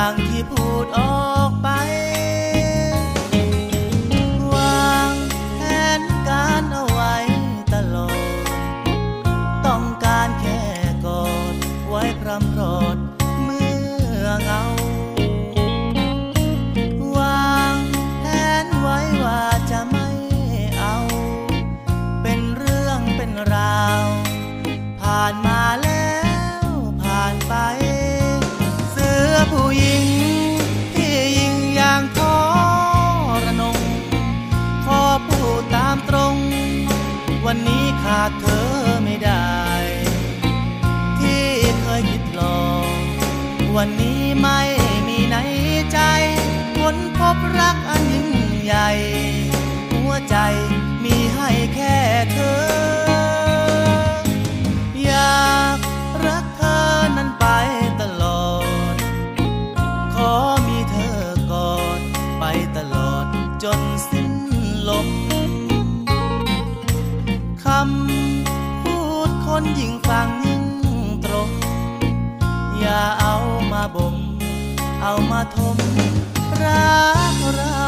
อย่างที่พูดออกไปวางแผนการเอาไว้ตลอดต้องการแค่กอดไว้พรำพรอดเมื่อเหงาวางแผนไว้ว่าจะไม่เอาเป็นเรื่องเป็นราวผ่านมาแล้วผ่านไปเสือผู้หญิงที่ยิงอย่างทรนงขอพูดตามตรงวันนี้ขาดเธอไม่ได้ที่เคยคิดลองวันนี้ไม่มีในใจค้นพบรักอันยิ่งใหญ่หัวใจมีให้แค่เธออยากรักเธอนั้นไปตลอดขอมีเธอกอดไปตลอดจนสิ้นลมคำพูดคนยิ่งฟังยิ่งตรงอย่าเอามาบ่มเอามาทมรักเรา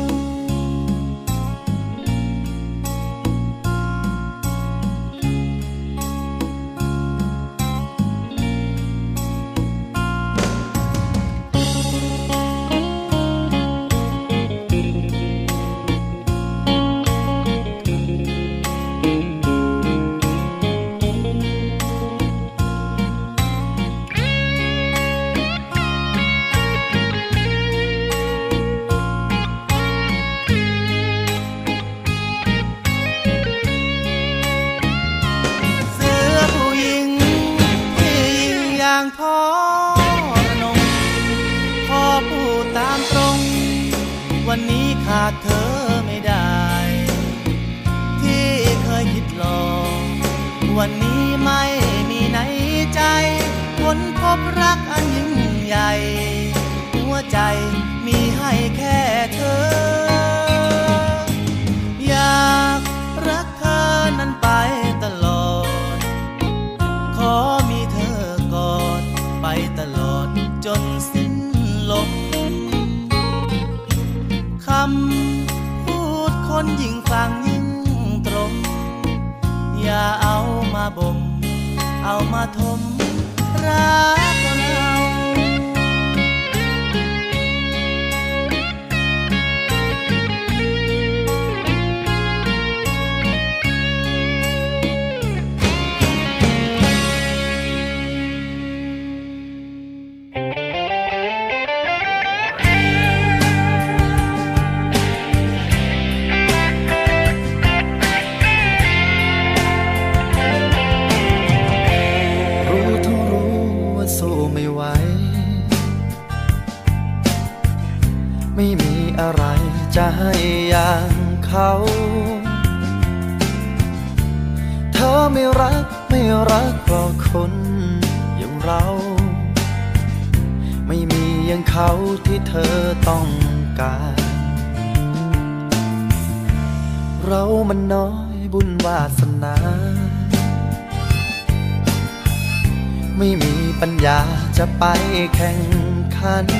พ่อระนมขอพูดตามตรงวันนี้ขาดเธอไม่ได้ที่เคยคิดลองวันนี้ไม่มีในใจค้นพบรักอันยิ่งใหญ่หัวใจมีให้แค่เธออยากรักเธอนั้นไปตลอดขอมีเธอกอดไปตลอดจนสิ้นลมคำพูดคนยิ่งฟังยิ่งตรงอย่าเอามาบ่มเอามาทมรักเราไม่มีอะไรจะให้อย่างเขาเธอไม่รักเพราะคนอย่างเราไม่มีอย่างเขาที่เธอต้องการเรามันน้อยบุญวาสนาไม่มีปัญญาจะไปแข่งขัน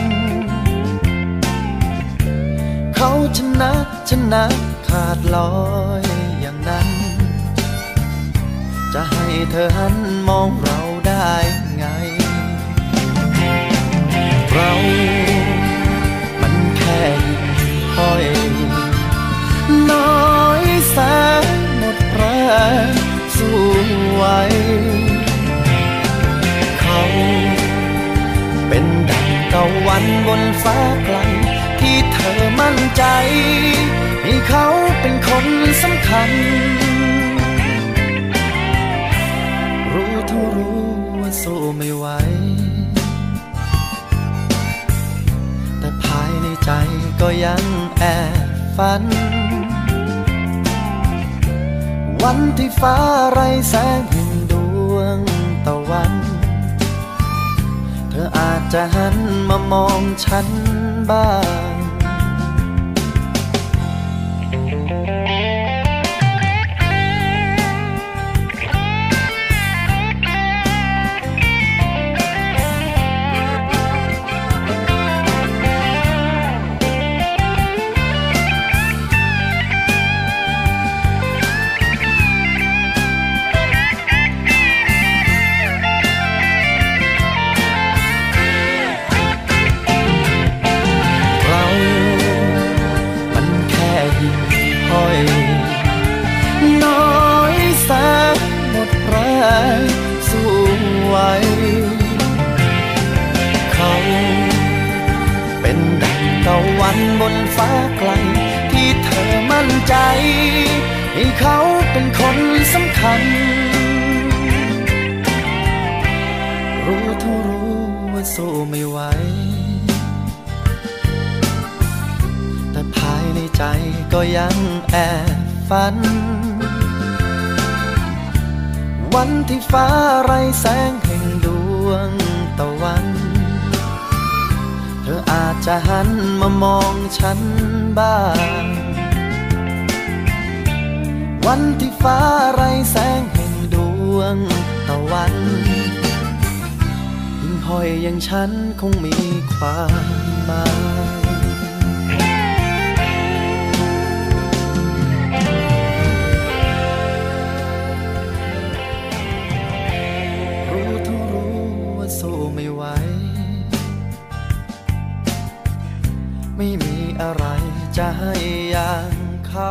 เขาชนะขาดลอยอย่างนั้นจะให้เธอหันมองเราได้ไงเรามันแค่ห้อยน้อยแสนหมดแรงสู้ไหวเขาเป็นดังตะวันบนฟ้าไกลที่เธอมั่นใจให้เขาเป็นคนสำคัญรู้ว่าสู้ไม่ไหวแต่ภายในใจก็ยังแอบฝันวันที่ฟ้าไร้แสงแห่งดวงตะวันเธออาจจะหันมามองฉันบ้างเป็นดังตะวันบนฟ้าไกลที่เธอมั่นใจให้เขาเป็นคนสำคัญรู้เท่ารู้ว่าสู้ไม่ไหวแต่ภายในใจก็ยังแอบฝันวันที่ฟ้าไร้แสงแห่งดวงตะวันเธออาจจะหันมามองฉันบ้างวันที่ฟ้าไร้แสงแห่งดวงตะวันหิ่งห้อยอย่างฉันคงมีความหมายสู้ไม่ไหวไม่มีอะไรจะให้อย่างเขา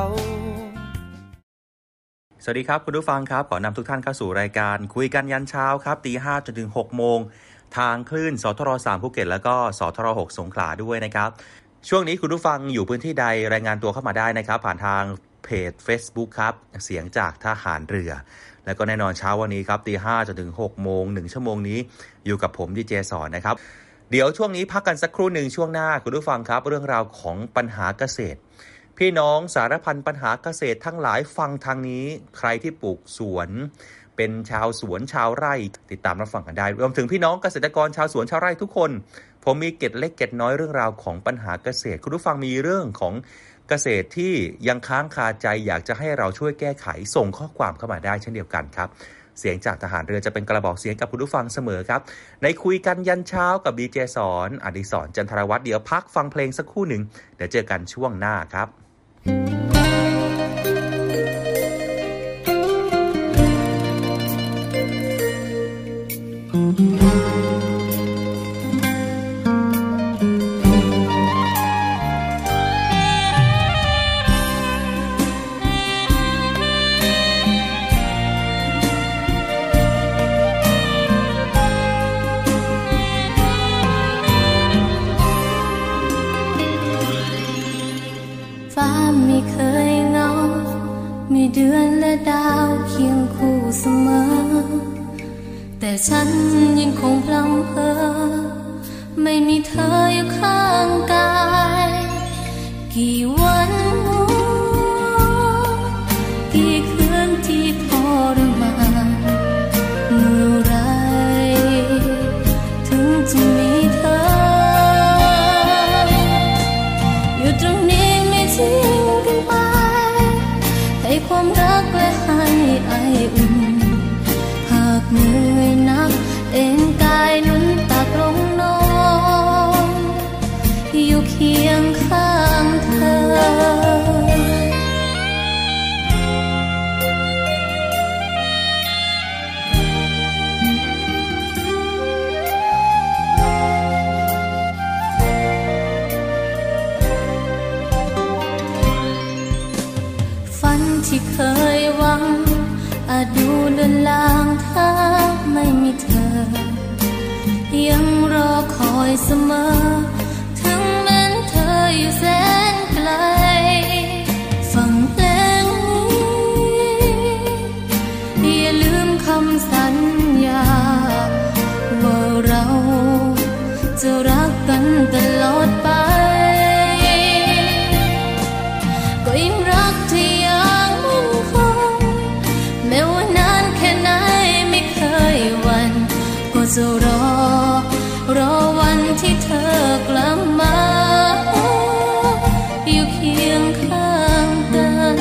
สวัสดีครับคุณผู้ฟังครับขอนำทุกท่านเข้าสู่รายการคุยกันยันเช้าครับตี 5 จนถึง 6 โมงทางคลื่นสทร3ภูเก็ตแล้วก็สทร6สงขลาด้วยนะครับช่วงนี้คุณผู้ฟังอยู่พื้นที่ใดรายงานตัวเข้ามาได้นะครับผ่านทางเพจ Facebook ครับเสียงจากทหารเรือแล้วก็แน่นอนเช้าวันนี้ครับตี 5 จนถึง 6 โมง1ชั่วโมงนี้อยู่กับผมดีเจสอนนะครับเดี๋ยวช่วงนี้พักกันสักครู่หนึ่งช่วงหน้าคุณผู้ฟังครับเรื่องราวของปัญหาเกษตรพี่น้องสารพันปัญหาเกษตรทั้งหลายฟังทางนี้ใครที่ปลูกสวนเป็นชาวสวนชาวไร่ติดตามรับฟังกันได้รวมถึงพี่น้องเกษตรกรชาวสวนชาวไร่ทุกคนผมมีเกร็ดเล็กเกร็ดน้อยเรื่องราวของปัญหาเกษตรคุณผู้ฟังมีเรื่องของเกษตรที่ยังค้างคาใจอยากจะให้เราช่วยแก้ไขส่งข้อความเข้ามาได้เช่นเดียวกันครับเสียงจากทหารเรือจะเป็นกระบอกเสียงกับคุณผู้ฟังเสมอครับในคุยกันยันเช้ากับดีเจสอนอดิศรจันทรวัฒน์เดี๋ยวพักฟังเพลงสักครู่หนึ่งเดี๋ยวเจอกันช่วงหน้าครับเดือนและดาวเคียงคู่เสมอแต่ฉันยังคงพลัมเพอไม่มีเธออยู่ข้างกายกี่วันกี่คืนที่ทรมานเมื่อไรถึงจะมีเธออยู่ตรงนี้ไม่ทิ้งกันไปให้ความรักและให้ไออุ่นหากเหนื่อยนักเอ็นกายนุ่นตากลงนอนอยู่เคียงข้างเธอที่เคยหวังอาจดูเดินลางถ้าไม่มีเธอยังรอคอยเสมอถึงแม้เธออยู่แสนไกลฟังเพลงนี้อย่าลืมคำสัญญาว่าเราจะรักกันตลอดไปก็ยิ่งรักที่จะรอวันที่เธอกลับมาอยู่เคียงข้างกัน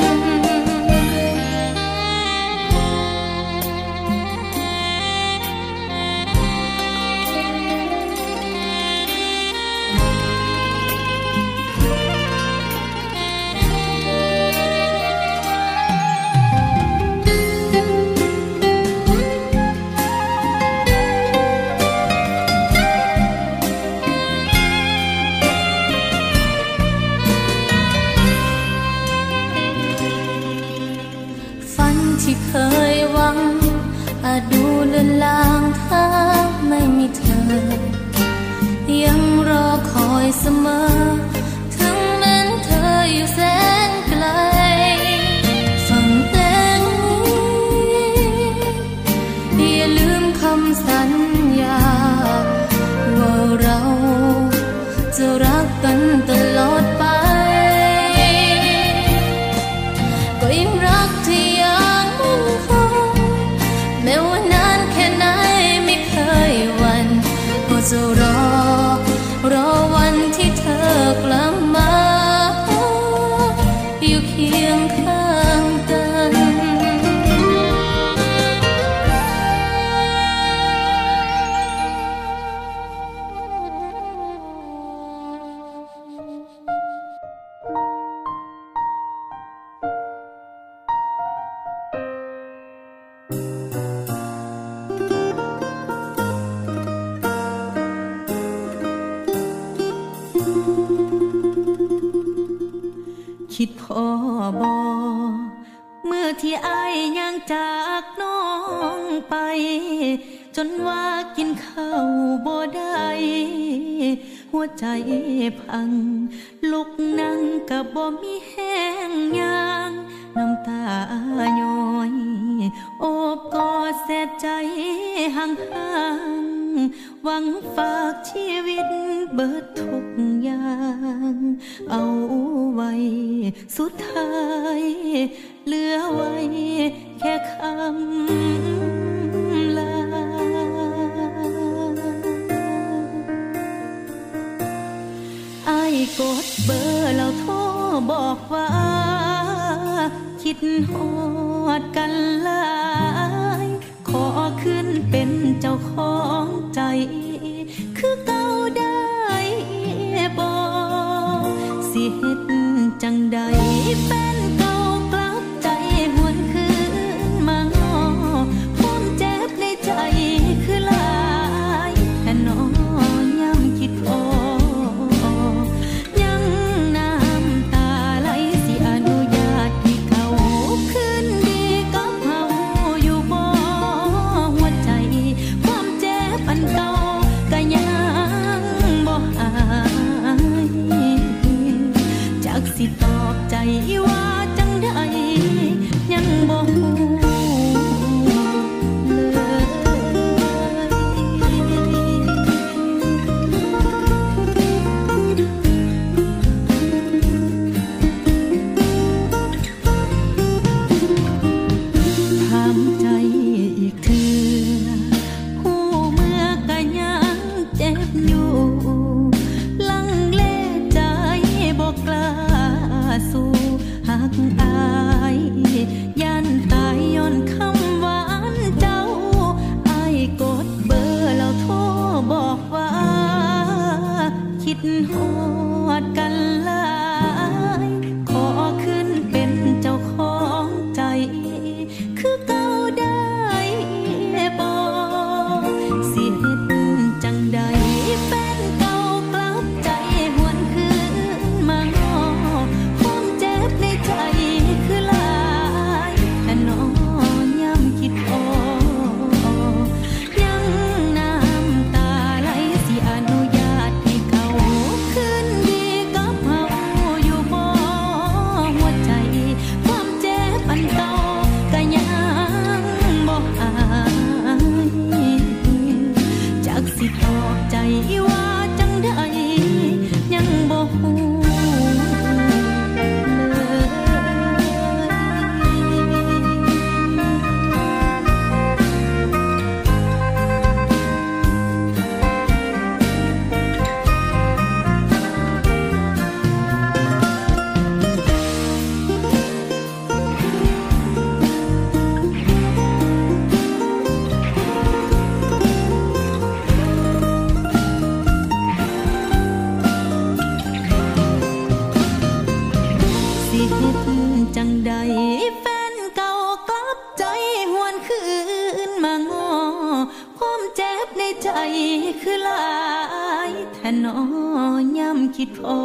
เราจะรักกันตลอดไปก็ยังรักที่ยังมั่นคงแม้ว่านานแค่ไหนไม่เคยหวั่นก็จะรอวันที่เธอกลับมาอยู่เคียงข้างกันคิดพ่อบอเมื่อที่อ้ายยังจากน้องไปจนว่ากินข้าวบ่ได้หัวใจพังลุกนั่งกับบ่มีแห้งยางน้ำตาย้อยโอบกอดเสียใจห่างหวังฝากชีวิตเบิดทุกอย่างเอาไว้สุดท้ายเหลือไว้แค่คำลาอ้ายกดเบอร์แล้วโทรบอกว่าคิดฮอดกันหลายขอขึ้นเป็นเจ้าของใจคือเก่าได้บ่สิเฮ็ดจังใดแฟนเก่ากลับใจหวนคืนมาง้อความเจ็บในใจคือหลายแต่น้อยย้ำคิดพอยังน้ำตาไหลสิอนุญาตให้เขาคืนดีกับเฮาอยู่บ่หัวใจความเจ็บอันเก่าก็ยังบ่หายจักสิตอบใจว่าจังใดยังบ่ฮู้ถามใจอีกเทื่อผู้เมื่อก็ยังเจ็บอยู่ลังเลใจบ่กล้าสู้หักอายย่านตายย้อนคำหวานเจ้าอ้ายกดเบอร์แล้วโทรบอกว่าคิดฮอดกันหลายขอขึ้นเป็นเจ้าของใจคือเก่าได้บ่สิเฮ็ดจังใดแฟนเก่ากลับใจหวนคืนมาง้อความเจ็บในใจคือหลายแต่น้อยย้ำคิดพอยังน้ำตาไหลสิอนุญาตให้เขาคืนดีกับเฮาอยู่บ่หัวใจความเจ็บอันเก่าก็ยังบ่หายจักสิตอบใจว่าจังใดยังบ่ฮู้สิเฮ็ดจังใดแฟนเก่ากลับใจหวนคืนมาง้อความเจ็บในใจคือหลายแต่น้อยย้ำคิดพอ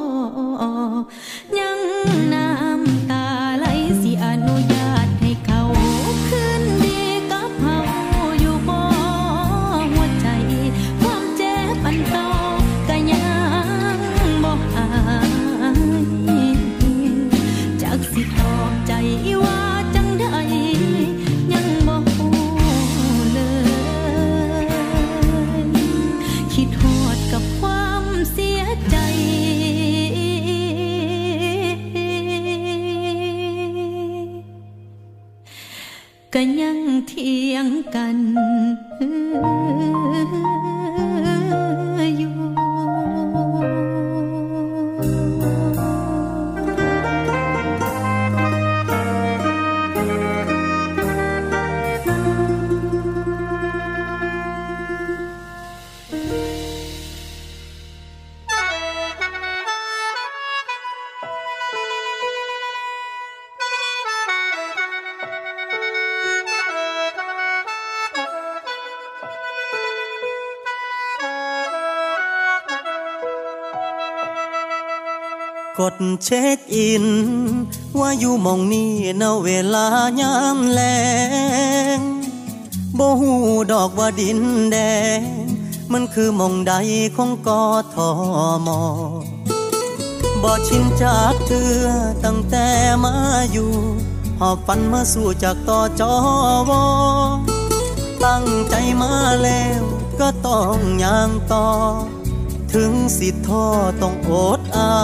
ยังน้ำตาไหลสิอนุญาตให้เขาคืนดีกับเฮาอยู่บ่หัวใจความเจ็บอันเก่าก็ยังบ่หายจักสิตอบใจว่าจังใดยังบ่ฮู้เลยคิดฮอดกับกดเช็คอินว่าอยู่หม้องนี้ณเวลายามแลงบ่ฮู้ดอกว่าดินแดงมันคือหม้องใดของกทม.บ่ชินจากเทื่อตั้งแต่มาอยู่หอบฝันมาสู่จากตจว.ตั้งใจมาแล้วก็ต้องย่างต่อถึงสิท้อต้องอดเอา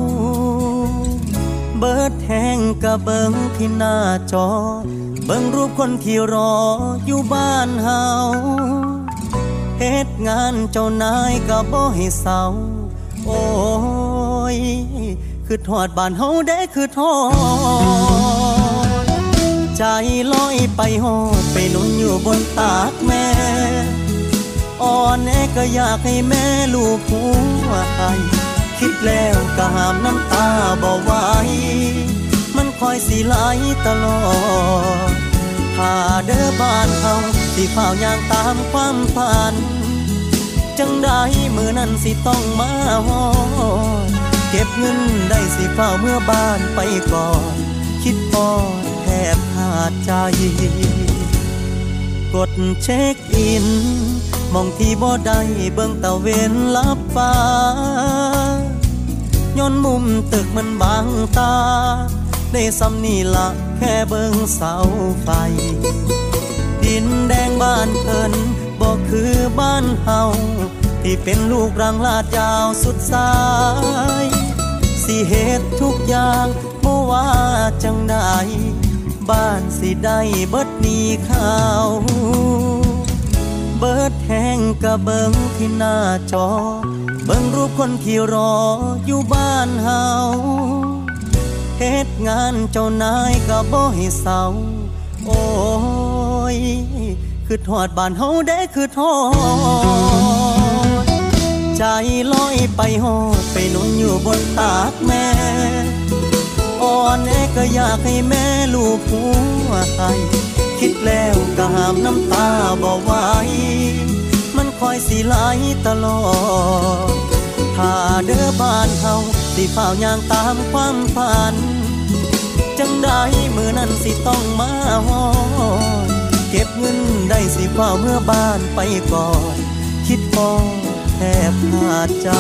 เบิดแห้งกะเบิ่งที่หน้าจอเบิ่งรูปคนที่รออยู่บ้านเฮาเฮ็ดงานเจ้านายก็บ่ให้เศร้าโอ้ยคือทอดบ้านเฮาได้คือทอดใจลอยไปฮอดไปนอนอยู่บนตากแม่อ่อนแอก็อยากให้แม่ลูกหัวใจคิดแล้วก็ห้ามน้ำตาบ่ไหวมันคอยสิไหลตลอดถ้าเด้อบ้านเฮาสิเฝ้าย่างตามความฝันจังได้มื้อนั้นสิต้องมาฮอดเก็บเงินได้สิเฝ้าเมื่อบ้านไปก่อนคิดพอแทบขาดใจกดเช็คอินมองที่บ่ได้เบิ่งตะเวนลับฟ้าย้อนมุมตึกมันบังตาได้ซ้ำนี่ละแค่เบิ่งเสาไฟดินแดงบ้านเพิ่นบ่คือบ้านเฮาที่เป็นลูกรังลาดยาวสุดสายสิเฮ็ดทุกอย่างบ่ว่าจังใดบ้านสิได้เบิดหนี้ข้าวเบิดแห้งกะเบิ่งที่หน้าจอเบิ่งรูปคนที่รออยู่บ้านเฮาเฮ็ดงานเจ้านายก็บ่ให้เศร้าโอ้ยคือทอดบ้านเฮาได้คือทอดใจลอยไปฮอดไปนอนอยู่บนตากแม่อ่อนแอก็อยากให้แม่ลูกหัวใจคิดแล้วก็ห้ามน้ำตาบ่ไหวมันคอยสิไหลตลอดถ้าเด้อบ้านเฮาสิเฝ้าย่างตามความฝันจังได้มื้อนั้นสิต้องมาฮอดเก็บเงินได้สิเฝ้าเมื่อบ้านไปก่อนคิดพอแทบขาดใจ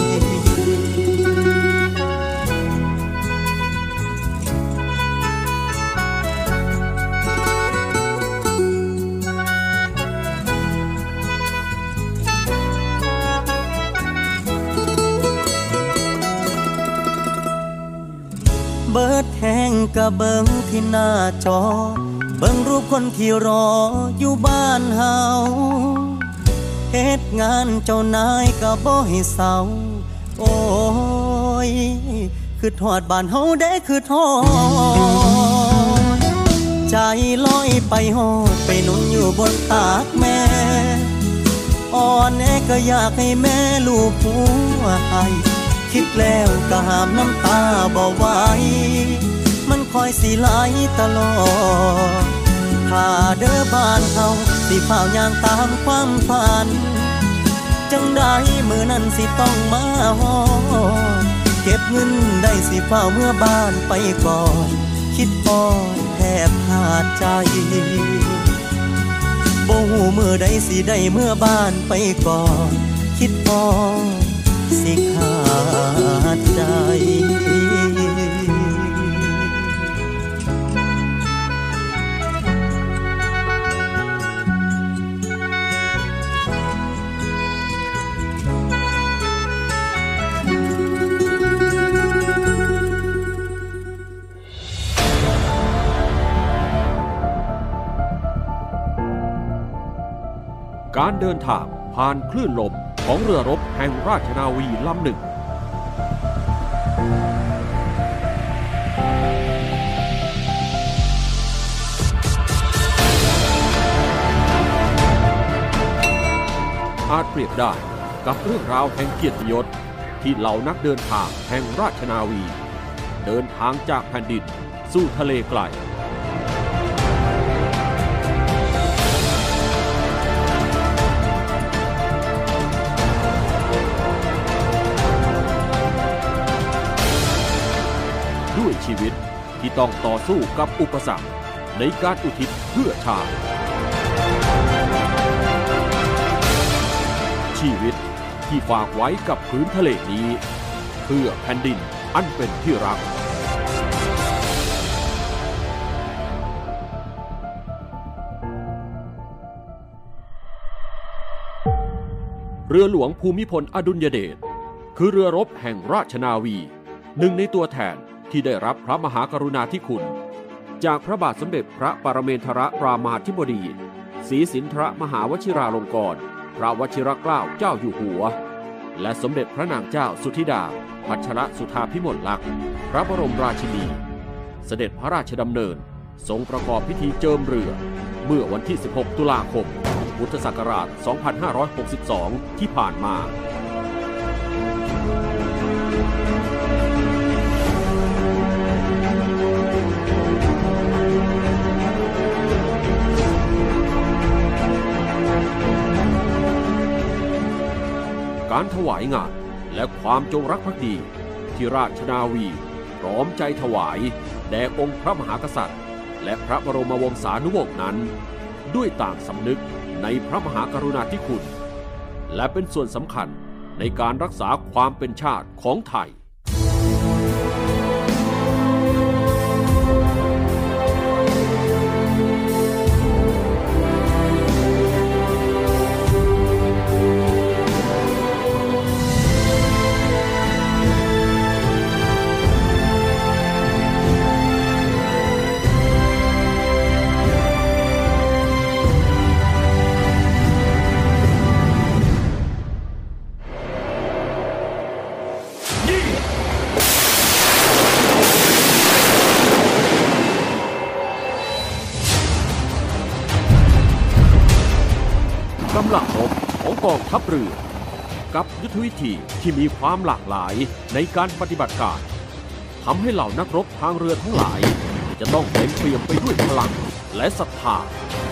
เบิดแห้งกะเบิ่งที่หน้าจอเบิ่งรูปคนที่รออยู่บ้านเฮาเฮ็ดงานเจ้านายก็บ่ให้เศร้าโอ้ยคือทอดบ้านเฮาได้คือทอดใจลอยไปฮอดไปนอนอยู่บนตากแม่อ่อนแอก็อยากให้แม่ลูกหัวใจคิดแล้วก็ห้ามน้ำตาบ่ไหวมันคอยสิไหลตลอดถ้าเด้อบ้านเฮาสิเฝ้าย่างตามความฝันจังได้มื้อนั้นสิต้องมาฮอดเก็บเงินได้สิเฝ้าเมื่อบ้านไปก่อนคิดพอแทบขาดใจบ่ฮู้มื้อใดสิได้เมื่อบ้านไปก่อนคิดพอสิขาดใจการเดินทางผ่านคลื่นลมของเรือรบแห่งราชนาวีลำหนึ่งอาจเปรียบได้กับเรื่องราวแห่งเกียรติยศที่เหล่านักเดินทางแห่งราชนาวีเดินทางจากแผ่นดินสู่ทะเลไกลชีวิตที่ต้องต่อสู้กับอุปสรรคในการอุทิศเพื่อชาติชีวิตที่ฝากไว้กับพื้นทะเลนี้เพื่อแผ่นดินอันเป็นที่รักเรือหลวงภูมิพลอดุลยเดชคือเรือรบแห่งราชนาวีหนึ่งในตัวแทนที่ได้รับพระมหากรุณาธิคุณจากพระบาทสมเด็จพระปรเมนทรรามาธิบดีศรีสินธรมหาวชิราลงกรณ์พระวชิรเกล้าเจ้าอยู่หัวและสมเด็จพระนางเจ้าสุธิดาพัชรสุธาภิมลลักษณ์พระบรมราชินีเสด็จพระราชดำเนินทรงประกอบพิธีเจิมเรือเมื่อวันที่ 16 ตุลาคม พุทธศักราช 2562 ที่ผ่านมาการถวายงานและความจงรักภักดีที่ราชนาวีพร้อมใจถวายแด่องค์พระมหากษัตริย์และพระบรมวงศานุวงศ์นั้นด้วยต่างสำนึกในพระมหากรุณาธิคุณและเป็นส่วนสำคัญในการรักษาความเป็นชาติของไทยกำลังรบของกองทัพเรือกับยุทธวิธีที่มีความหลากหลายในการปฏิบัติการทำให้เหล่านักรบทางเรือทั้งหลายจะต้องเต็มเปี่ยมไปด้วยพลังและศรัทธา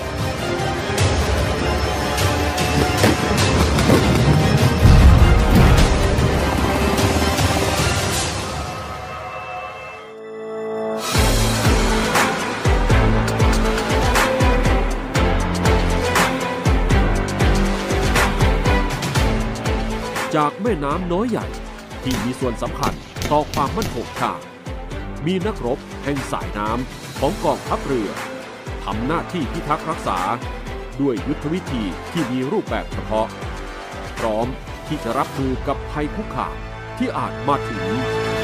จากแม่น้ำน้อยใหญ่ที่มีส่วนสำคัญต่อความมั่นคงชาติมีนักรบแห่งสายน้ำของกองทัพเรือทำหน้าที่พิทักษ์รักษาด้วยยุทธวิธีที่มีรูปแบบเฉพาะพร้อมที่จะรับมือกับภัยคุกคามที่อาจมาถึง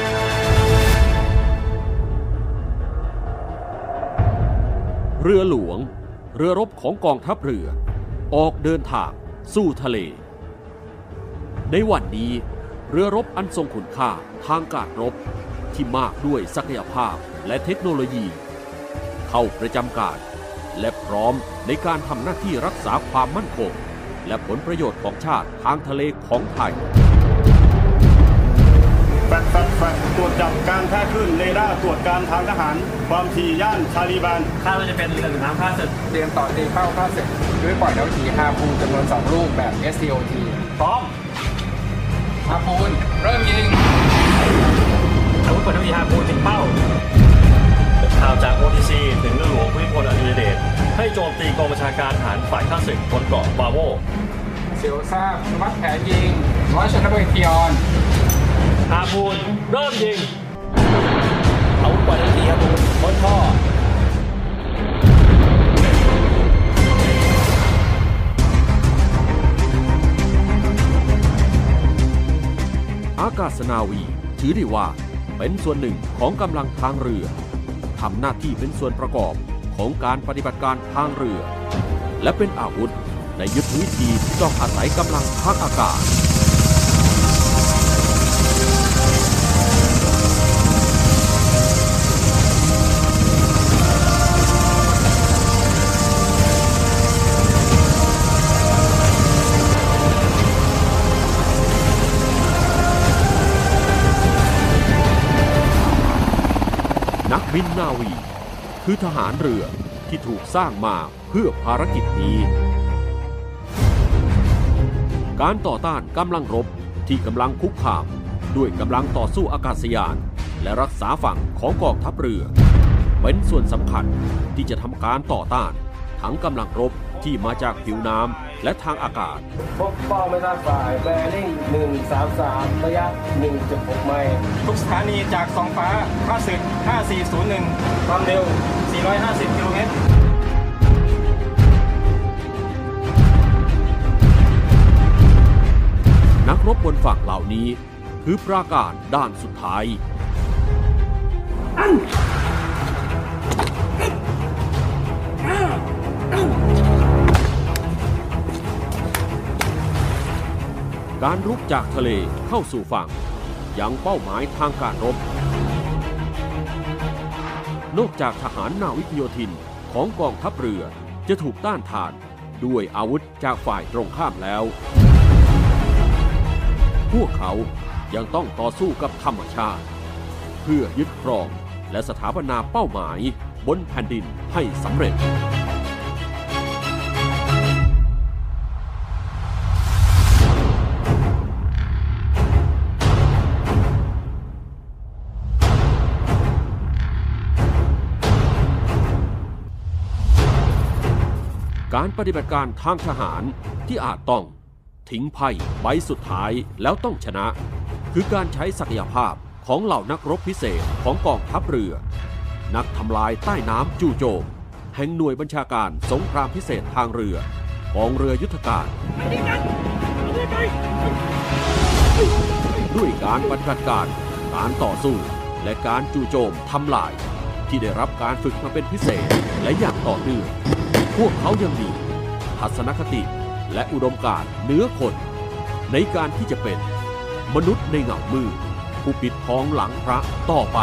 เรือหลวงเรือรบของกองทัพเรือออกเดินทางสู่ทะเลในวันนี้เรือรบอันทรงคุณค่าทางการรบที่มากด้วยศักยภาพและเทคโนโลยีเข้าประจำการและพร้อมในการทำหน้าที่รักษาความมั่นคงและผลประโยชน์ของชาติทางทะเลของไทยแฟดตรวจจับการแท้คลื่นเรดาร์ตรวจการทางทหารความถี่ย่านชาลีบานคาดว่าจะเป็นเรือน้ำข้าศึกเตรียมต่อตีเข้าข้าศึกด้วยปล่อยดาวถีฮาพูจำนวน2ลูกแบบ SCOT พร้อมฮาพูเริ่มยิงอาวุธปืนน้ำดีฮาพูถึงเป้าข่าวจาก OTC ถึงเรือหลวงภูมิพลอดุลยเดชให้โจมตีกองบัญชาการทหารฝ่ายข้าศึกบนเกาะบาโวเซียวซาบวัดแผนยิงร้อยชนบทพิออนฮาพูเริ่มยิงอาวุธปืนน้ำดีฮาพูบนท่ออากาศนาวีถือได้ว่าเป็นส่วนหนึ่งของกำลังทางเรือทำหน้าที่เป็นส่วนประกอบของการปฏิบัติการทางเรือและเป็นอาวุธในยุทธวิธีที่ต้องอาศัยกำลังทางอากาศนักบินนาวีคือทหารเรือที่ถูกสร้างมาเพื่อภารกิจนี้การต่อต้านกำลังรบที่กำลังคุกคามด้วยกำลังต่อสู้อากาศยานและรักษาฝั่งของกองทัพเรือเป็นส่วนสำคัญที่จะทำการต่อต้านทั้งกำลังรบที่มาจากผิวน้ำและทางอากาศพบเป้าไม่ทราบฝ่ายแบริ่ง133ระยะ 1.6 ไมล์ทุกสถานีจากสองฟ้าข้าศึก5401ความเร็ว450กิโลเมตรนักรบบนฝั่งเหล่านี้คือปราการด้านสุดท้ายการรุกจากทะเลเข้าสู่ฝั่งยังเป้าหมายทางการรบนอกจากทหารนาวิกโยธินของกองทัพเรือจะถูกต้านทานด้วยอาวุธจากฝ่ายตรงข้ามแล้วพวกเขายังต้องต่อสู้กับธรรมชาติเพื่อยึดครองและสถาปนาเป้าหมายบนแผ่นดินให้สำเร็จการปฏิบัติการทางทหารที่อาจต้องทิ้งไพ่ใบสุดท้ายแล้วต้องชนะคือการใช้ศักยภาพของเหล่านักรบพิเศษของกองทัพเรือนักทำลายใต้น้ำจู่โจมแห่งหน่วยบัญชาการสงครามพิเศษทางเรือกองเรือยุทธการด้วยการปฏิบัติการต่อสู้และการจู่โจมทำลายที่ได้รับการฝึกมาเป็นพิเศษและอย่างต่อเนื่องพวกเขายังมีทัศนคติและอุดมการณ์เหนือคนในการที่จะเป็นมนุษย์ในเงามืดผู้ปิดทองหลังพระต่อไป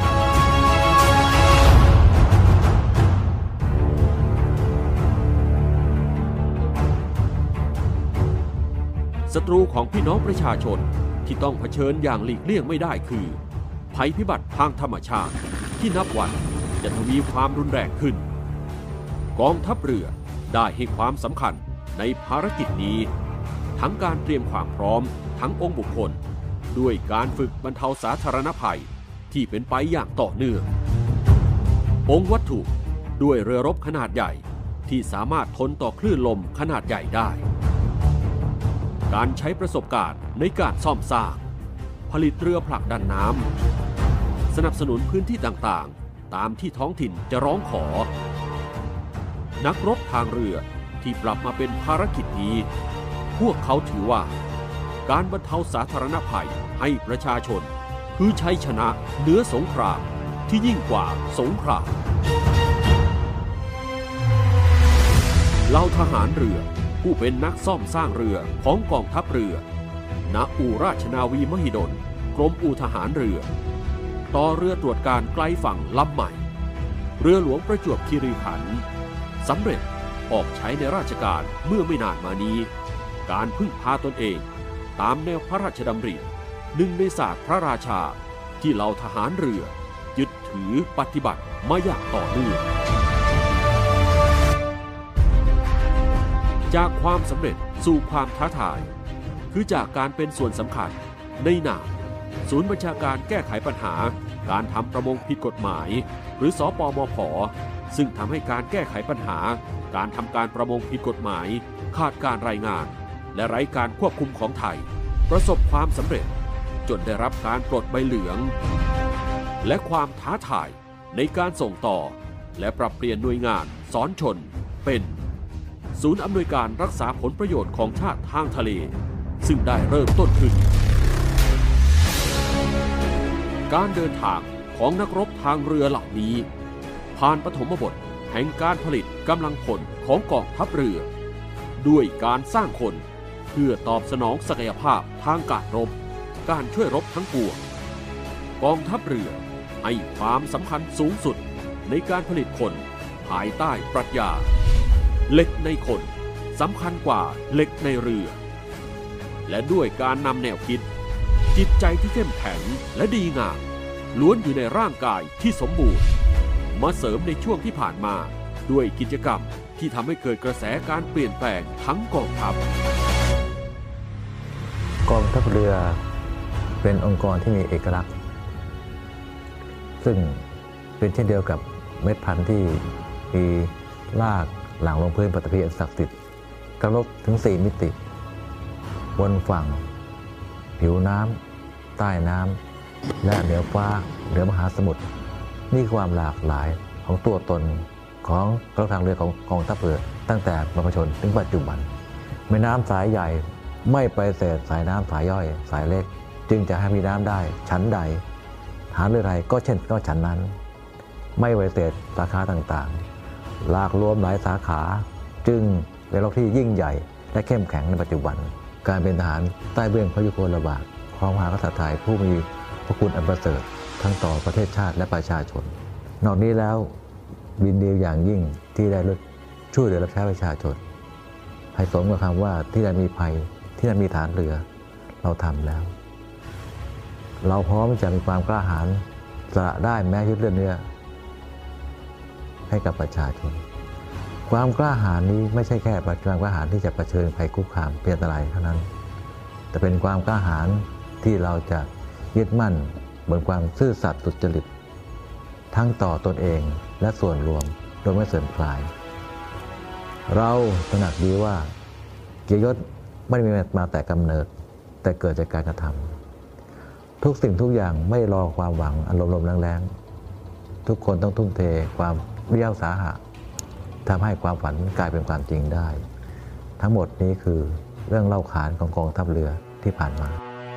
ศัตรูของพี่น้องประชาชนที่ต้องเผชิญอย่างหลีกเลี่ยงไม่ได้คือภัยพิบัติทางธรรมชาติที่นับวันจะทวีความรุนแรงขึ้นกองทัพเรือได้ให้ความสำคัญในภารกิจนี้ทั้งการเตรียมความพร้อมทั้งองค์บุคคลด้วยการฝึกบรรเทาสาธารณภัยที่เป็นไปอย่างต่อเนื่ององค์วัตถุด้วยเรือรบขนาดใหญ่ที่สามารถทนต่อคลื่นลมขนาดใหญ่ได้การใช้ประสบการณ์ในการซ่อมสร้างผลิตเรือผลักดันน้ำสนับสนุนพื้นที่ต่างๆตามที่ท้องถิ่นจะร้องขอนักรบทางเรือที่ปรับมาเป็นภารกิจนี้พวกเขาถือว่าการบรรเทาสาธารณภัยให้ประชาชนคือชัยชนะเหนือสงครามที่ยิ่งกว่าสงครามเหล่าทหารเรือผู้เป็นนักซ่อมสร้างเรือของกองทัพเรือณอู่ราชนาวีมหิดลกรมอู่ทหารเรือต่อเรือตรวจการไกลฝั่งลำใหม่เรือหลวงประจวบคีรีขันธ์สำเร็จออกใช้ในราชการเมื่อไม่นานมานี้การพึ่งพาตนเองตามแนวพระราชดำริหนึ่งในศาสตร์พระราชาที่เหล่าทหารเรือยึดถือปฏิบัติมาอย่างต่อเนื่องจากความสำเร็จสู่ความท้าทายคือจากการเป็นส่วนสำคัญในนามศูนย์บัญชาการแก้ไขปัญหาการทำประมงผิดกฎหมายหรือสปมผ.ซึ่งทำให้การแก้ไขปัญหาการทำการประมงผิดกฎหมายขาดการรายงานและไร้การควบคุมของไทยประสบความสำเร็จจนได้รับการปลดใบเหลืองและความท้าทายในการส่งต่อและปรับเปลี่ยนหน่วยงานสอนชนเป็นศูนย์อำนวยการรักษาผลประโยชน์ของชาติทางทะเลซึ่งได้เริ่มต้นขึ้นการเดินทางของนักรบทางเรือเหล่านี้ผ่านปฐมบทแห่งการผลิตกำลังพลของกองทัพเรือด้วยการสร้างคนเพื่อตอบสนองศักยภาพทางการรบการช่วยรบทั้งปวงกองทัพเรือให้ความสำคัญสูงสุดในการผลิตคนภายใต้ปรัชญาเหล็กในคนสำคัญกว่าเหล็กในเรือและด้วยการนำแนวคิดจิตใจที่เข้มแข็งและดีงามล้วนอยู่ในร่างกายที่สมบูรณ์มาเสริมในช่วงที่ผ่านมาด้วยกิจกรรมที่ทำให้เกิดกระแสการเปลี่ยนแปลงทั้งกองทัพกองทัพเรือเป็นองค์กรที่มีเอกลักษณ์ซึ่งเป็นเช่นเดียวกับเม็ดพันธุ์ที่มีรากหลั่งลงพื้นปฐพีอันศักดิ์สิทธิ์กระทบถึง4มิติบนฝั่งผิวน้ำใต้น้ำและเหนือฟ้าเหนือมหาสมุทรนี่ความหลากหลายของตัวตนของกองทางเรือของกองทัพเรือตั้งแต่บรรพชนถึงปัจจุบันแม่น้ำสายใหญ่ไม่ไปเศษสายน้ำสายย่อยสายเล็กจึงจะให้มีน้ำได้ชั้นใดฐานเรือใดก็เช่นก็ฉันนั้นไม่ไปเศษสาขาต่างๆหลากรวมหลายสาขาจึงเป็นโลกที่ยิ่งใหญ่และเข้มแข็งในปัจจุบันการเป็นทหารใต้เบื้องพระยุคลบาทของมหากษัตริย์ไทยผู้มีพระคุณอันประเสริฐทั้งต่อประเทศชาติและประชาชนนอกนี้แล้วบินดีอย่างยิ่งที่ได้ช่วยเหลือรับใช้ประชาชนให้สมกับคำว่าที่นั่นมีภัยที่นั่นมีฐานเรือเราทำแล้วเราพร้อมจะมีความกล้าหาญสละได้แม้ชีวิตเลือดเนื้อให้กับประชาชนความกล้าหาญนี้ไม่ใช่แค่ความกล้าหาญที่จะเผชิญภัยคุกคามเป็นอันตรายเท่านั้นแต่เป็นความกล้าหาญที่เราจะยึดมั่นบนความซื่อสัตย์สุจริตทั้งต่อตนเองและส่วนรวมโดยไม่เสื่อมคลายเราตระหนักดีว่าเกียรติยศไม่ได้มีมาแต่กำเนิดแต่เกิดจากการกระทำทุกสิ่งทุกอย่างไม่รอความหวังอารมณ์แรงๆทุกคนต้องทุ่มเทความเรี่ยวสาหะทำให้ความฝันกลายเป็นความจริงได้ทั้งหมดนี้คือเรื่องเล่าขานของกองทัพเรือที่ผ่านมา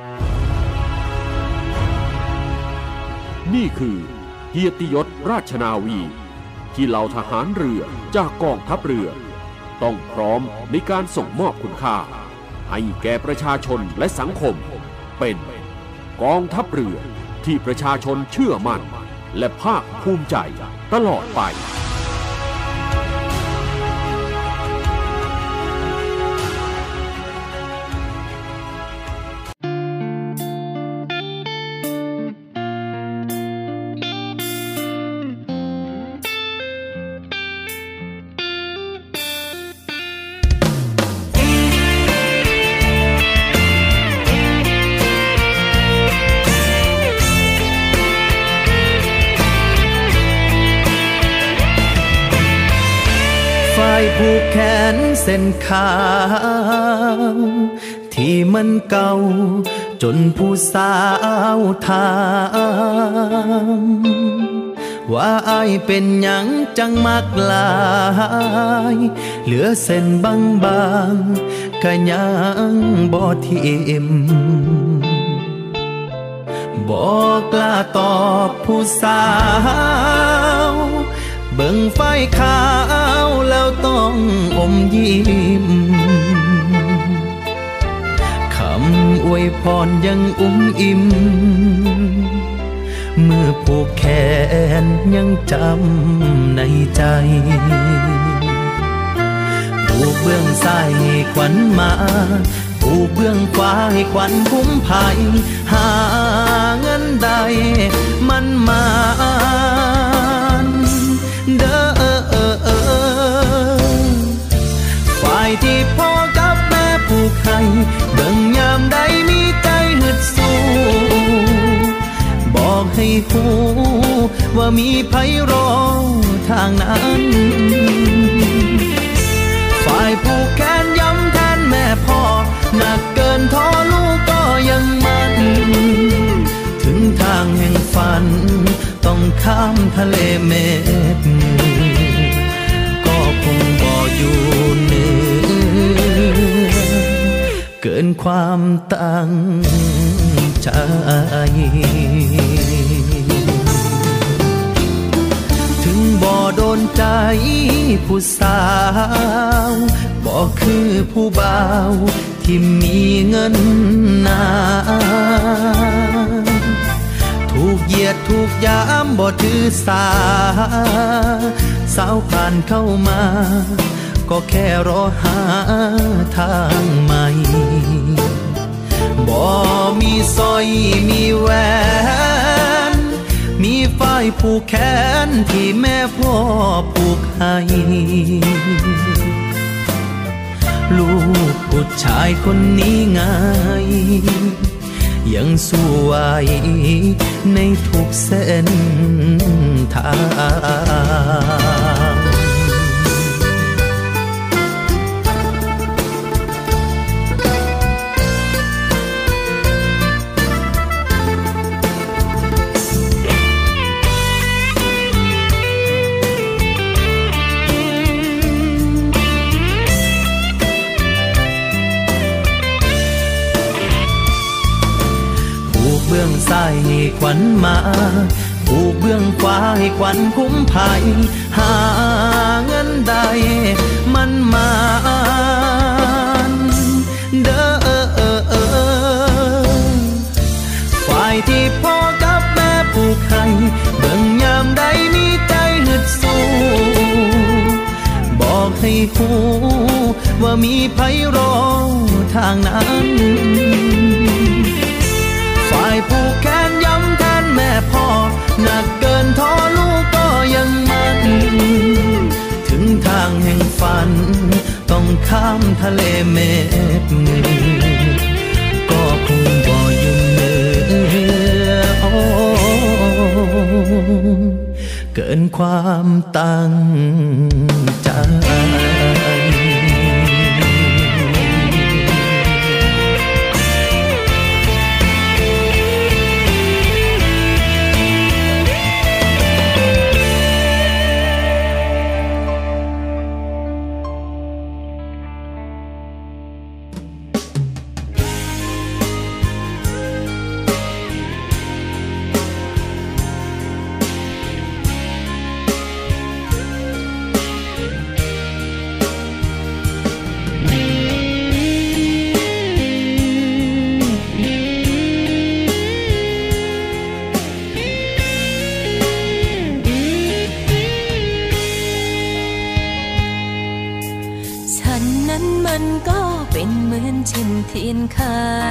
นี่คือเกียรติยศราชนาวีที่เหล่าทหารเรือจากกองทัพเรือต้องพร้อมในการส่งมอบคุณค่าให้แก่ประชาชนและสังคมเป็นกองทัพเรือที่ประชาชนเชื่อมั่นและภาคภูมิใจตลอดไปผูกแขนเส้นขาวที่มันเก่าจนผู้สาวถามว่าอ้ายเป็นหยังจังมักลายเหลือเส้นบางๆก็ยังบ่ทิ่มบ่กล้าตอบผู้สาวเบิ่งไฟขาวแล้วต้องอมยิ้มคำอวยพรยังอิ่มเมื่อผูกแขนยังจำในใจผูกเบื้องซ้ายให้ขวัญมาผูกเบื้องขวาให้ขวัญคุ้มภัยหาเงินได้มันมาเด้อฝ่ายที่พ่อกับแม่ผูกให้เบิ่งยามใดมีใจฮึดสู้บอกให้ฮู้ว่ามีไผรอทางนั้นฝ่ายผูกแขนย้ำแทนแม่พ่อหนักเกินท้อลูกก็ยังมั่นถึงทางแห่งฝันต้องข้ามทะเลเม็ดก็คงบ่อยู่เหนือเกินความตั้งใจถึงบ่โดนใจผู้สาวบ่คือผู้บ่าวที่มีเงินนาถูกเหยียดถูกยามบ่ถือสาสาวผ่านเข้ามาก็แค่รอหาทางใหม่บ่มีสร้อยมีแหวนมีฝ้ายผูกแขนที่แม่พ่อผูกให้ลูกผู้ชายคนนี้ไงยังสู้ไหวในทุกเส้นทางเบื้องซ้ายให้ขวัญมาผูกเบื้องขวาให้ขวัญคุ้มภัยหาเงินได้มันมาเด้อฝ่ายที่พ่อกับแม่ผูกให้เบื้องยามใดมีใจฮึดสู้บอกให้ฮู้ว่ามีไผรอทางนั้นฝ่ายผูกแขนย้ำแทนแม่พ่อหนักเกินท้อลูกก็ยังมั่นถึงทางแห่งฝันต้องข้ามทะเลเมฆก็คงบ่อยู่เหนือเกินความตั้งใจเทียนไข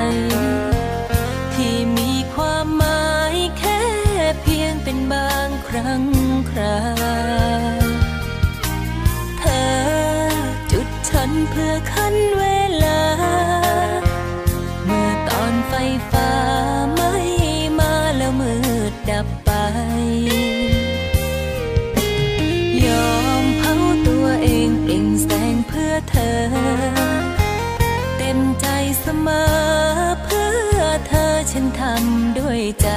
ที่มีความหมายแค่เพียงเป็นบางครั้งคราวเธอจุดฉันเพื่อคั้นเวลาเมื่อตอนไฟฟ้าไม่มาแล้วมืดดับไปยอมเผาตัวเองเปล่งแสงเพื่อเธอเต็มใจเสมอเพื่อเธอฉันทำด้วยใจ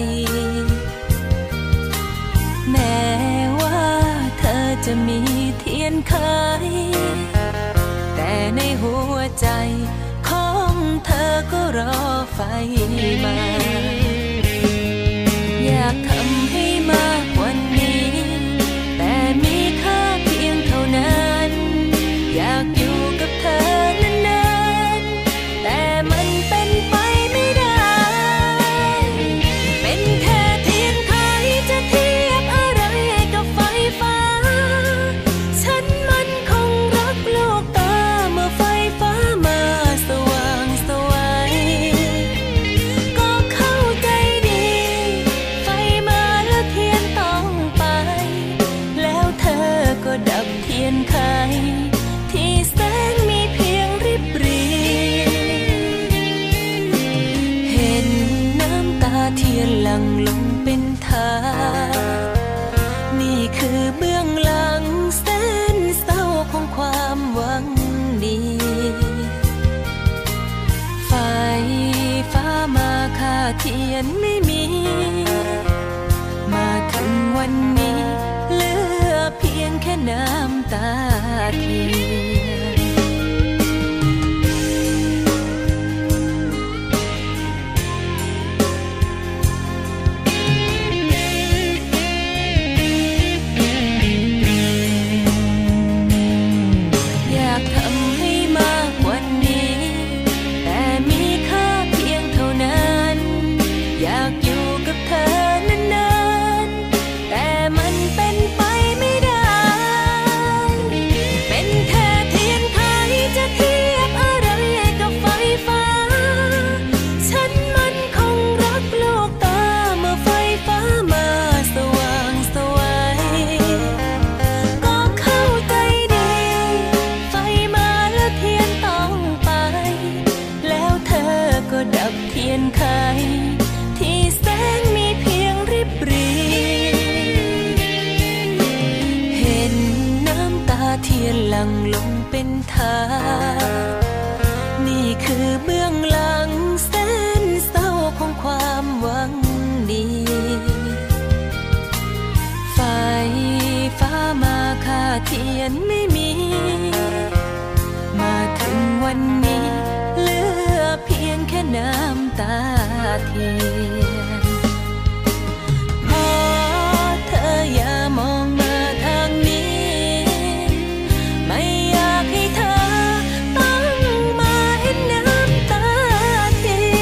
แม้ว่าเธอจะมีเทียนไขแต่ในหัวใจของเธอก็รอไฟมาอยากทำให้มากกว่านี้แต่มีค่าเพียงเท่านั้นอยากอยู่กับเธอหลั่งลงเป็นทางนี่คือเบื้องหลังแสนเศร้าของความหวังดีไฟฟ้ามาค่าเทียนไม่มีมาถึงวันนี้เหลือเพียงแค่น้ำตาเทียนเป็นแค่ไขที่แสงมีเพียงริบหรี่เห็นน้ำตาเทียนหลั่งลงเป็นทางนี่คือเบื้องหลังแสนเศร้าของความหวังดีไฟฟ้ามาค่าเทียนไม่มีมาถึงวันนี้เหลือเพียงแค่น้ำตาเทียนพอเธออย่ามองมาทางนี้ไม่อยากให้เธอต้องมาเห็นน้ำตาเทีย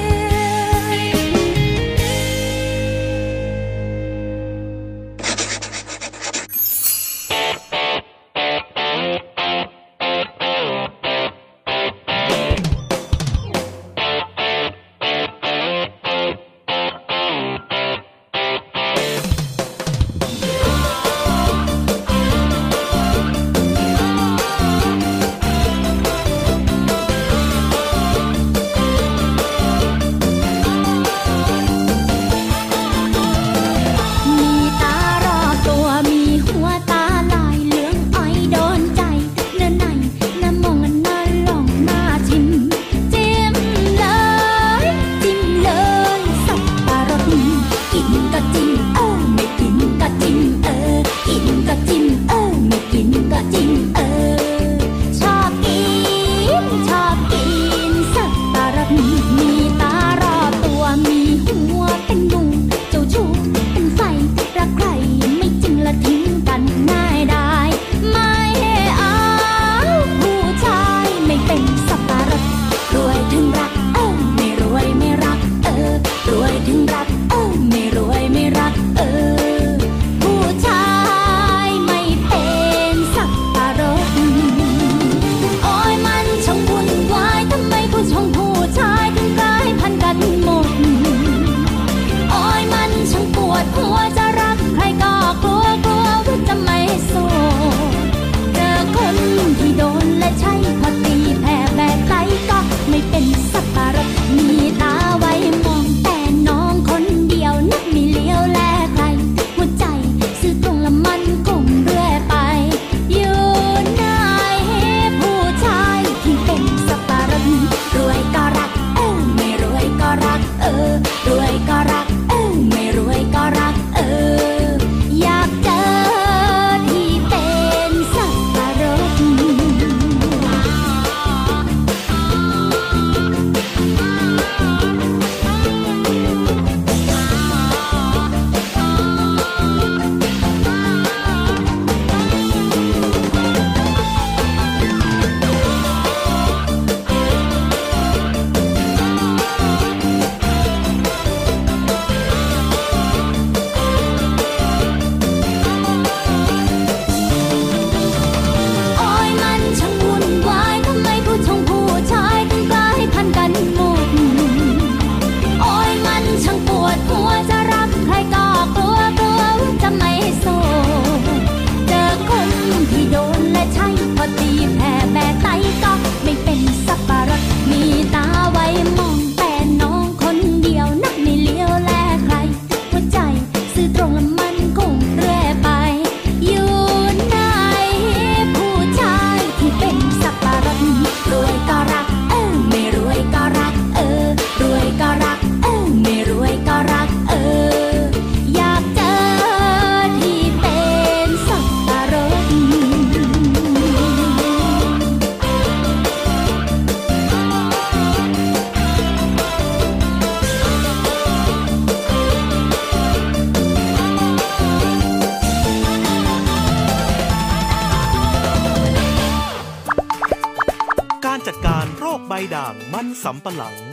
ใบด่างมันสำปะหลัง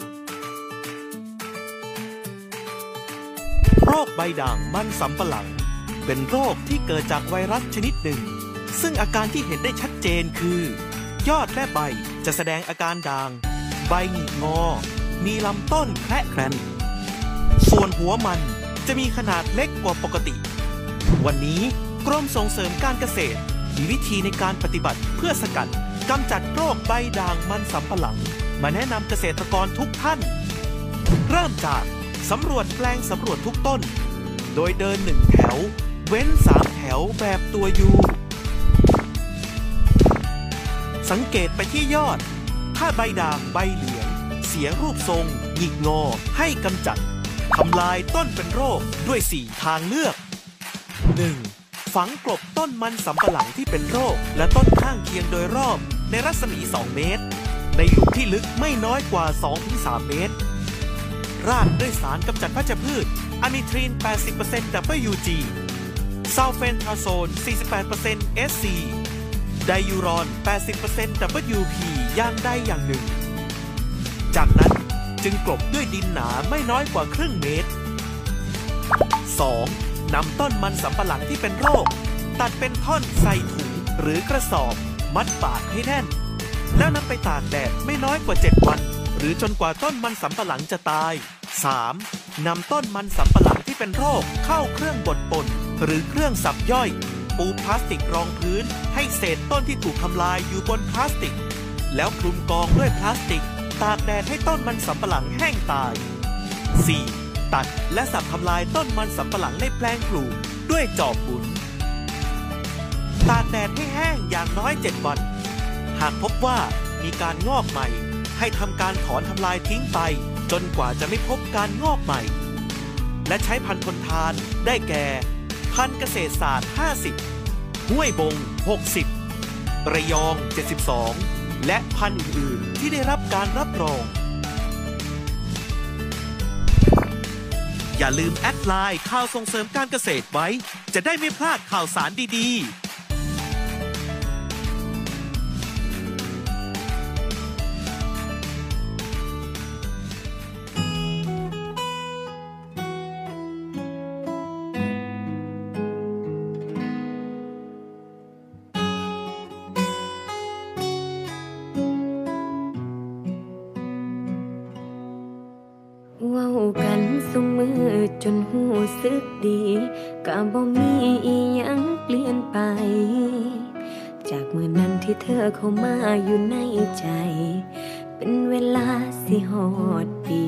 โรคใบด่างมันสำปะหลังเป็นโรคที่เกิดจากไวรัสชนิดหนึ่งซึ่งอาการที่เห็นได้ชัดเจนคือยอดและใบจะแสดงอาการด่างใบหงิกงอมีลำต้นแคระแครนส่วนหัวมันจะมีขนาดเล็กกว่าปกติวันนี้กรมส่งเสริมการเกษตรมีวิธีในการปฏิบัติเพื่อสกัดกำจัดโรคใบด่างมันสำปะหลังมาแนะนำเกษตรกรทุกท่านริ่มจากสำรวจแปลงสำรวจทุกต้นโดยเดิน1แถวเว้น3แถวแบบตัวยูสังเกตไปที่ยอดถ้าใบด่างใบเหลืองเสียรูปทรงหงิกงอให้กำจัดทำลายต้นเป็นโรคด้วย4ทางเลือก 1. ฝังกลบต้นมันสำปะหลังที่เป็นโรคและต้นข้างเคียงโดยรอบในรัศมี2เมตรในหลุมที่ลึกไม่น้อยกว่า 2-3 เมตรราดด้วยสารกำจัดวัชพืชอะมิทรีน 80% WG ซัลเฟนทราโซน 48% SC ไดยูรอน 80% WP อย่างใดอย่างหนึ่งจากนั้นจึงกลบด้วยดินหนาไม่น้อยกว่าครึ่งเมตร 2. นำต้นมันสำปะหลังที่เป็นโรคตัดเป็นท่อนใส่ถุงหรือกระสอบมัดปากให้แน่นแล้วนำไปตากแดดไม่น้อยกว่า7วันหรือจนกว่าต้นมันสำปะหลังจะตาย 3. นำต้นมันสำปะหลังที่เป็นโรคเข้าเครื่องบดป่นหรือเครื่องสับย่อยปูพลาสติกรองพื้นให้เศษต้นที่ถูกทำลายอยู่บนพลาสติกแล้วคลุมกองด้วยพลาสติกตากแดดให้ต้นมันสำปะหลังแห้งตาย 4. ตัดและสับทำลายต้นมันสำปะหลังในแปลงปลูกด้วยจอบบุ๋นตากแดดให้แห้งอย่างน้อย7วันหากพบว่ามีการงอกใหม่ให้ทำการถอนทำลายทิ้งไปจนกว่าจะไม่พบการงอกใหม่และใช้พันธุ์ทนทานได้แก่พันธุ์เกษตรศาสตร์50ห้วยบง60ระยอง72และพันธุ์อื่นที่ได้รับการรับรองอย่าลืมแอดไลน์ข่าวส่งเสริมการเกษตรไว้จะได้ไม่พลาดข่าวสารดีๆเว้ากันซุมื้อจนหูสึกดีก็บ่มีอีหยังเปลี่ยนไปจากมื้อนั้นที่เธอเข้ามาอยู่ในใจเป็นเวลาสิฮอดปี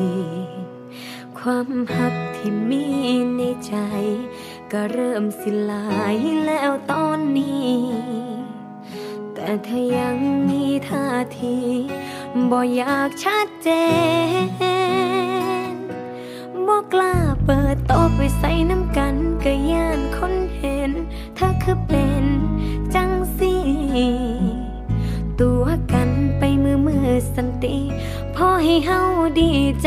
ความหักที่มีในใจก็เริ่มสิลายแล้วตอนนี้แต่เธอยังมีท่าทีบ่อยากชัดเจนบ่กล้าเปิดโต๊ะไปใส่น้ำกันก็ย่านคนเห็นเธอคือเป็นจังสิตัวกันไปมือสันติพอให้เฮาดีใจ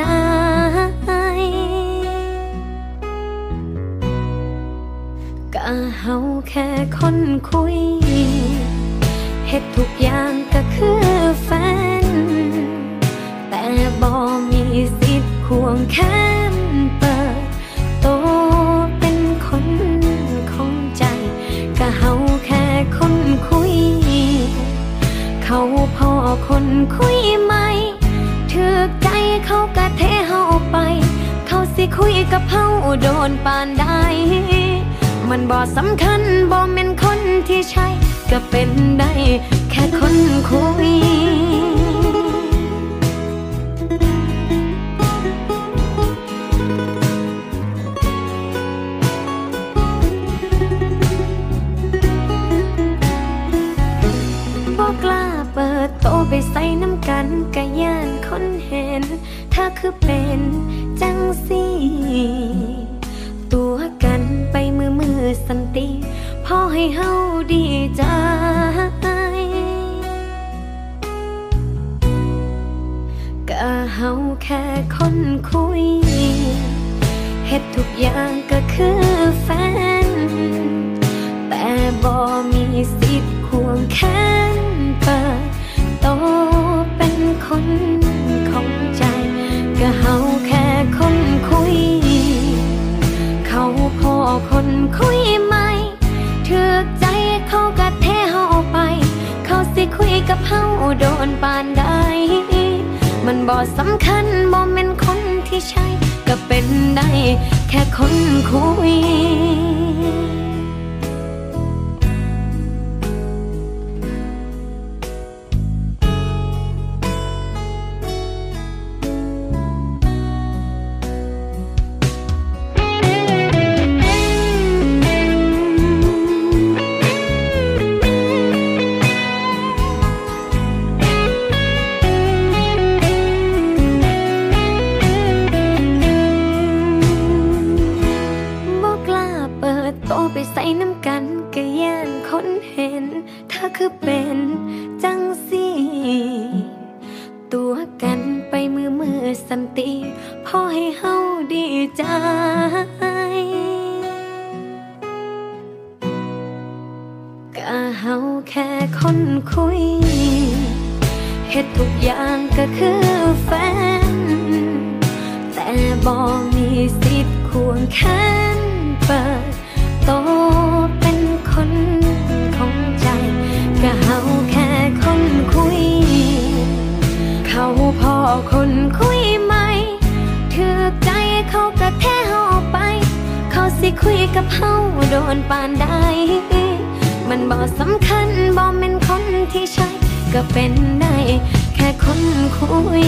ก็เฮาแค่คนคุยเฮ็ดทุกอย่างก็คือแฟนแต่บ่มีสิทธิ์ควงแขนเปิดโตเป็นคนของใจก็เฮาแค่คนคุยเขาพอคนคุยใหม่ถูกใจเขาก็เทเฮาไปเขาสิคุยกับเฮาโดนปานใดมันบ่สำคัญบ่แม่นคนที่ใช่ก็เป็นได้แค่คนคุยบ่กล้าเปิดโตไปใส่น้ำกันก็ย่านคนเห็นถ้าคือเป็นจังสิตัวกันไปมือสันติพอให้เฮาดีใจก็เฮาแค่คนคุยเฮ็ดทุกอย่างก็คือแฟนแต่บ่มีสิทธิ์ควงแขนเปิดโตเป็นคนของใจก็เฮาแค่คนคุยเขาพอคนคุยใหม่ถูกใจเขาก็เทเฮาไปเขาสิคุยกับเฮาโดนปานใดมันบ่สำคัญบ่แม่นคนที่ใช่ก็เป็นได้แค่คนคุยให้เฮาดีใจก็เฮาแค่คนคุยเฮ็ดทุกอย่างก็คือแฟนแต่บ่มีสิทธิ์ควงแขนเปิดโตเป็นคนของใจก็เฮาแค่คนคุยเขาพอคนคุยใหม่ถือใจเขาก็แท้เฮาไปเขาสิคุยกับเฮาโดนปานใดมันบ่สำคัญบ่แม่นคนที่ใช่ก็เป็นได้แค่คนคุย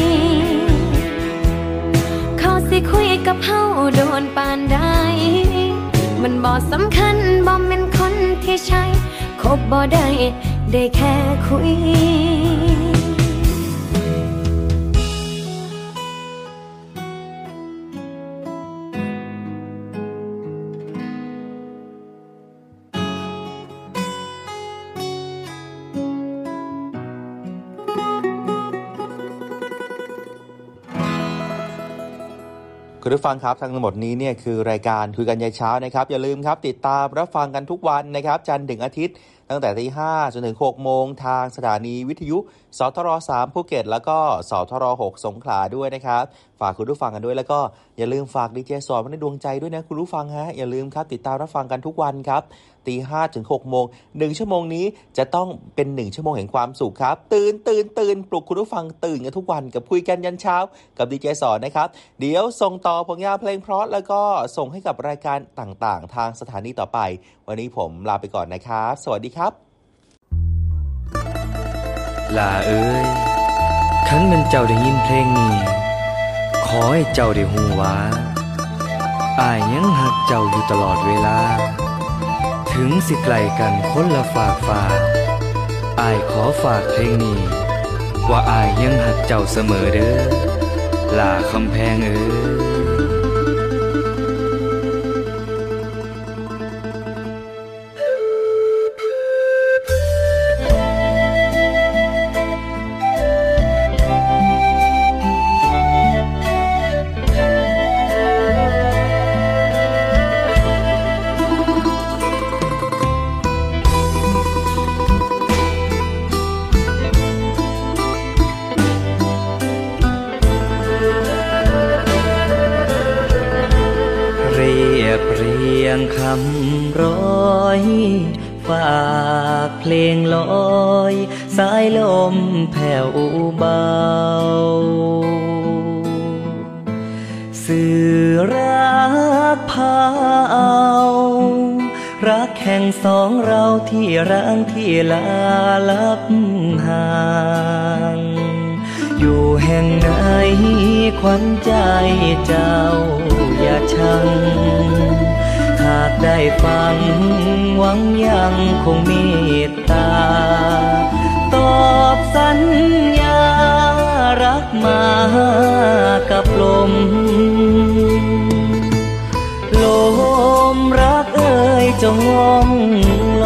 เขาสิคุยกับเฮาโดนปานใดมันบ่สำคัญบ่แม่นคนที่ใช่คบบ่ได้ได้แค่คุยคุณผู้ฟังครับทั้งหมดนี้เนี่ยคือรายการคุยกันยามเช้านะครับอย่าลืมครับติดตามรับฟังกันทุกวันนะครับจันทร์ถึงอาทิตย์ตั้งแต่ 5:00 จนถึง 6:00 นทางสถานีวิทยุสทร3ภูเก็ตแล้วก็สทร6สงขลาด้วยนะครับฝากคุณผู้ฟังกันด้วยแล้วก็อย่าลืมฝากดีเจสอนไว้ในดวงใจด้วยนะคุณผู้ฟังฮะอย่าลืมครับติดตามรับฟังกันทุกวันครับ 5:00 ถึง 6:00 น1ชั่วโมงนี้จะต้องเป็น1ชั่วโมงแห่งความสุขครับตื่นปลุกคุณผู้ฟังตื่นกันทุกวันกับคุยกันยันเช้ากับดีเจสอนนะครับเดี๋ยวส่งต่อผลงานเพลงเพราะแล้วก็ส่งให้กับรายการต่างๆทางสถานีต่อไปวันนี้ผมลาไปก่อนนะครับสวัสดีครับลาเอ้ยคันแม่นเจ้าได้ยินเพลงนี้ขอให้เจ้าได้ฮู้ว่าอ้ายยังฮักเจ้าอยู่ตลอดเวลาถึงสิไกลกันคนละฝากฟ้าอ้ายขอฝากเพลงนี้ว่าอ้ายยังฮักเจ้าเสมอเด้อลาคำแพงเอ้ยคำร้อยฝากเพลงลอยสายลมแผ่วเบาสื่อรักพาเอารักแห่งสองเราที่ร้างที่ลาลับห่างอยู่แห่งไหนขวัญใจเจ้าอย่าชังหากได้ฟังหวังยังคงเมตตาตอบสัญญารักมากับลมรักเอ่ยจงล่องล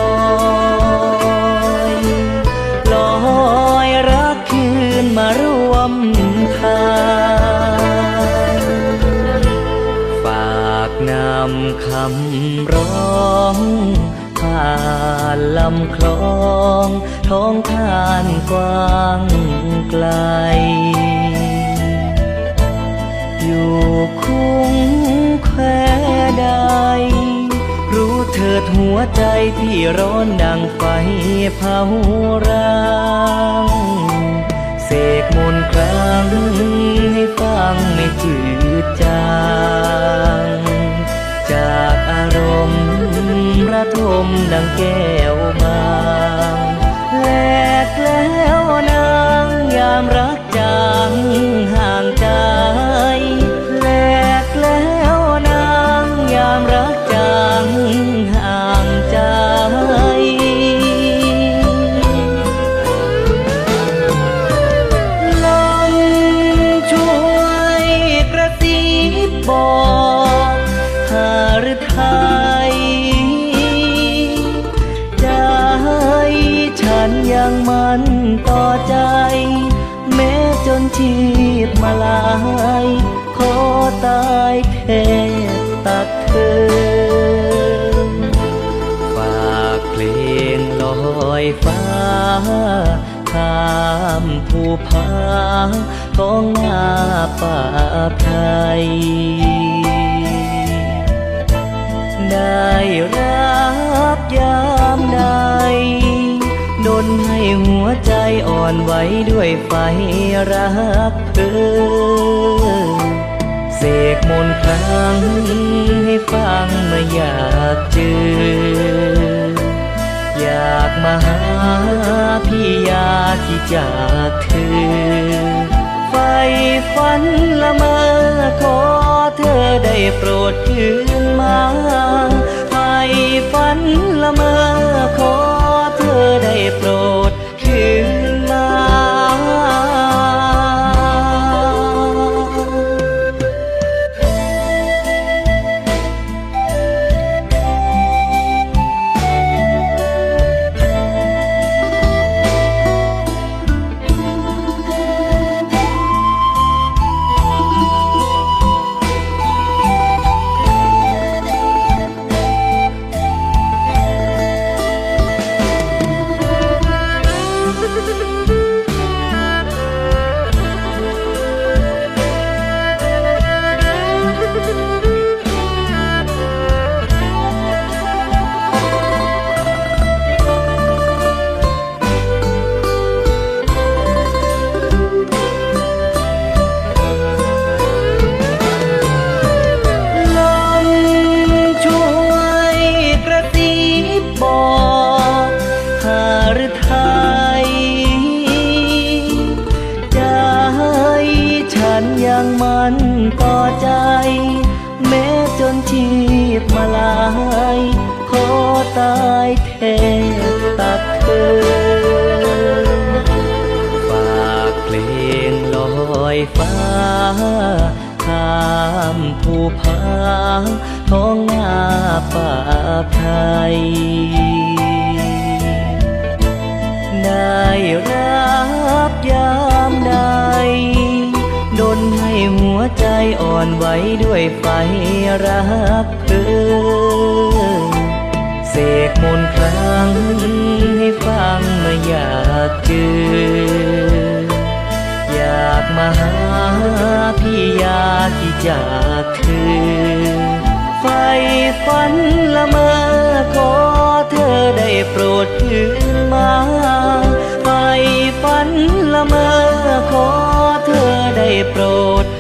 อยรักคืนมาร่วมทางฝากนำคำร้องผ่านลำคลองท้องทานกว้างไกลอยู่คุ้งแควใดรู้เถิดหัวใจที่ร้อนดังไฟเผาร้างเสกมนต์ครั้งให้ฟังไม่จืดจางจากอารมณ์ระทมดังแก้วบางแลกแล้วนางยามรักจางห่างใจแลกแล้วนางยามรักจางห่างใจลมช่วยกระซิบบอกหาฤทัยายเทตักเธอฝากเพลงลอยฟ้าข้ามภูผาของหน้าป่าไทยได้รับยามใดดลให้หัวใจอ่อนไหวด้วยไฟรักเธอเสกมนต์ครั้งให้ฟังเมื่ออยากเจออยากมาหาพี่อยากที่จากเธอไฟฝันละเมอขอเธอได้โปรดคืนมาไฟฝันละเมอขอเธอได้โปรดคืนมาต่อใจแม้จนชีพมาลายขอตายแทนตักเธอฝากเพลงลอยฟ้าข้ามภูผาท้องหน้าป่าไทยได้รับยามใดดลให้หัวใจอ่อนไหวด้วยไฟรักเธอเสกมนต์ครั้งให้ฟังเมื่ออยากเจออยากมาหาพี่อยากที่จากเธอไฟฝันละเมอขอเธอได้โปรดคืนมาไฟฝันละเมอขอเธอได้โปรด